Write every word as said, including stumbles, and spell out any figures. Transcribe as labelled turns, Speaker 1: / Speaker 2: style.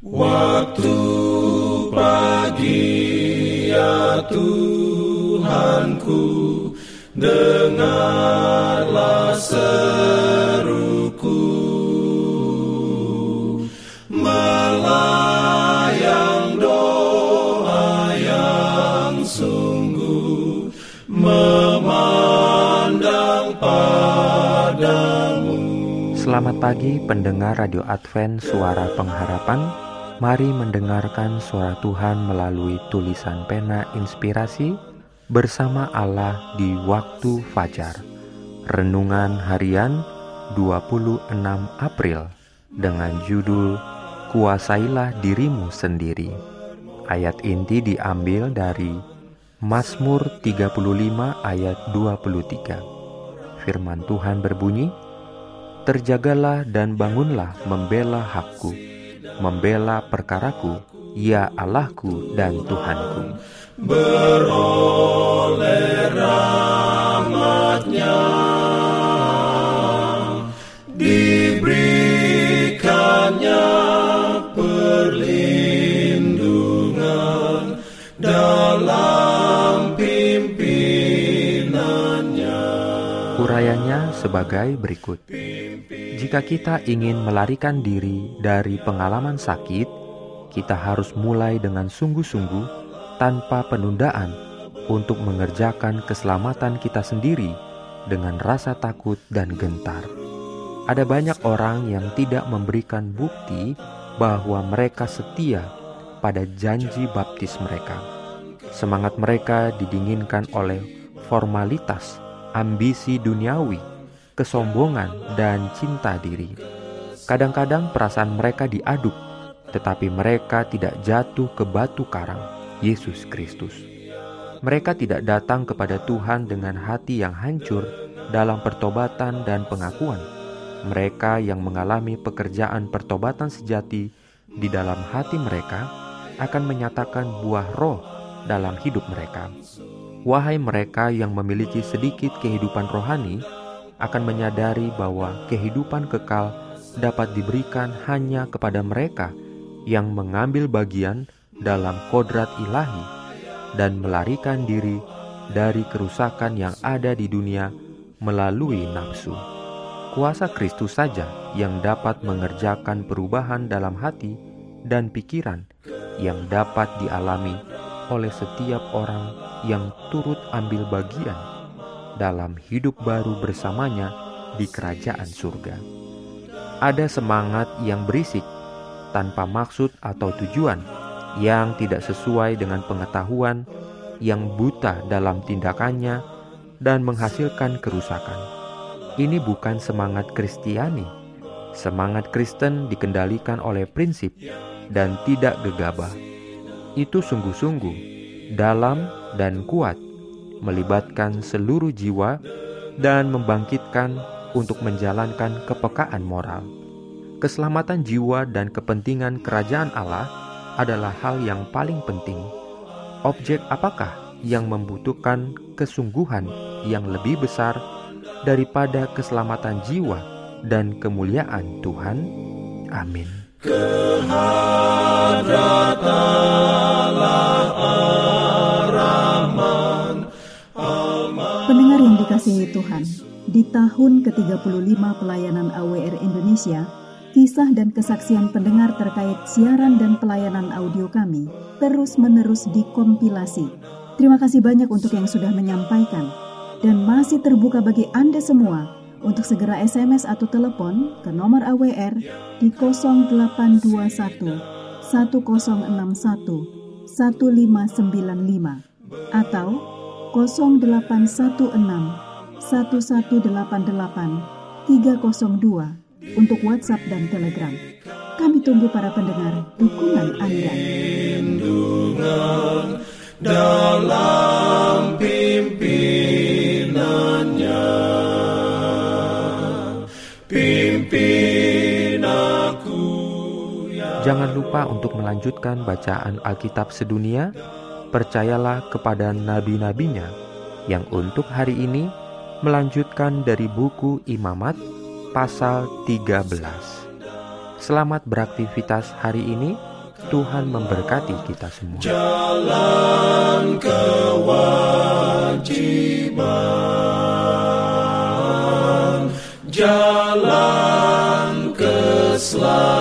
Speaker 1: Waktu pagi ya Tuhanku, dengarlah seruku, melayang doa yang sungguh, memandang padamu.
Speaker 2: Selamat pagi pendengar Radio Advent Suara Pengharapan. Mari mendengarkan suara Tuhan melalui tulisan pena inspirasi bersama Allah di waktu fajar. Renungan harian dua puluh enam April dengan judul Kuasailah Dirimu Sendiri. Ayat inti diambil dari Mazmur tiga puluh lima ayat dua puluh tiga. Firman Tuhan berbunyi, "Terjagalah dan bangunlah membela hakku, membela perkaraku, ya Allahku dan Tuhanku."
Speaker 1: Beroleh rahmat-Nya, diberikannya perlindungan dalam pimpinannya.
Speaker 2: Urayanya sebagai berikut. Jika kita ingin melarikan diri dari pengalaman sakit, kita harus mulai dengan sungguh-sungguh tanpa penundaan untuk mengerjakan keselamatan kita sendiri dengan rasa takut dan gentar. Ada banyak orang yang tidak memberikan bukti bahwa mereka setia pada janji baptis mereka. Semangat mereka didinginkan oleh formalitas, ambisi duniawi, kesombongan, dan cinta diri. Kadang-kadang perasaan mereka diaduk, tetapi mereka tidak jatuh ke batu karang, Yesus Kristus. Mereka tidak datang kepada Tuhan dengan hati yang hancur dalam pertobatan dan pengakuan. Mereka yang mengalami pekerjaan pertobatan sejati di dalam hati mereka akan menyatakan buah roh dalam hidup mereka. Wahai mereka yang memiliki sedikit kehidupan rohani, akan menyadari bahwa kehidupan kekal dapat diberikan hanya kepada mereka yang mengambil bagian dalam kodrat ilahi dan melarikan diri dari kerusakan yang ada di dunia melalui nafsu. Kuasa Kristus saja yang dapat mengerjakan perubahan dalam hati dan pikiran yang dapat dialami oleh setiap orang yang turut ambil bagian dalam hidup baru bersamanya di kerajaan surga. Ada semangat yang berisik tanpa maksud atau tujuan, yang tidak sesuai dengan pengetahuan, yang buta dalam tindakannya dan menghasilkan kerusakan. Ini bukan semangat Kristiani. Semangat Kristen dikendalikan oleh prinsip dan tidak gegabah. Itu sungguh-sungguh, dalam dan kuat, melibatkan seluruh jiwa dan membangkitkan untuk menjalankan kepekaan moral. Keselamatan jiwa dan kepentingan kerajaan Allah adalah hal yang paling penting. Objek apakah yang membutuhkan kesungguhan yang lebih besar daripada keselamatan jiwa dan kemuliaan Tuhan? Amin.
Speaker 3: Pendengar yang dikasihi Tuhan, di tahun ke tiga puluh lima pelayanan A W R Indonesia, kisah dan kesaksian pendengar terkait siaran dan pelayanan audio kami terus-menerus dikompilasi. Terima kasih banyak untuk yang sudah menyampaikan, dan masih terbuka bagi Anda semua untuk segera S M S atau telepon ke nomor A W R di nol delapan dua satu satu nol enam satu satu lima sembilan lima atau nol delapan satu enam satu satu delapan delapan tiga nol dua untuk WhatsApp dan Telegram. Kami tunggu para pendengar dukungan Anda.
Speaker 1: Dalam pimpinannya, pimpin aku ya.
Speaker 2: Jangan lupa untuk melanjutkan bacaan Alkitab sedunia. Percayalah kepada nabi-nabinya yang untuk hari ini melanjutkan dari buku Imamat pasal tiga belas. Selamat beraktivitas hari ini. Tuhan memberkati kita semua.
Speaker 1: Jalan kewajiban, jalan keselamatan.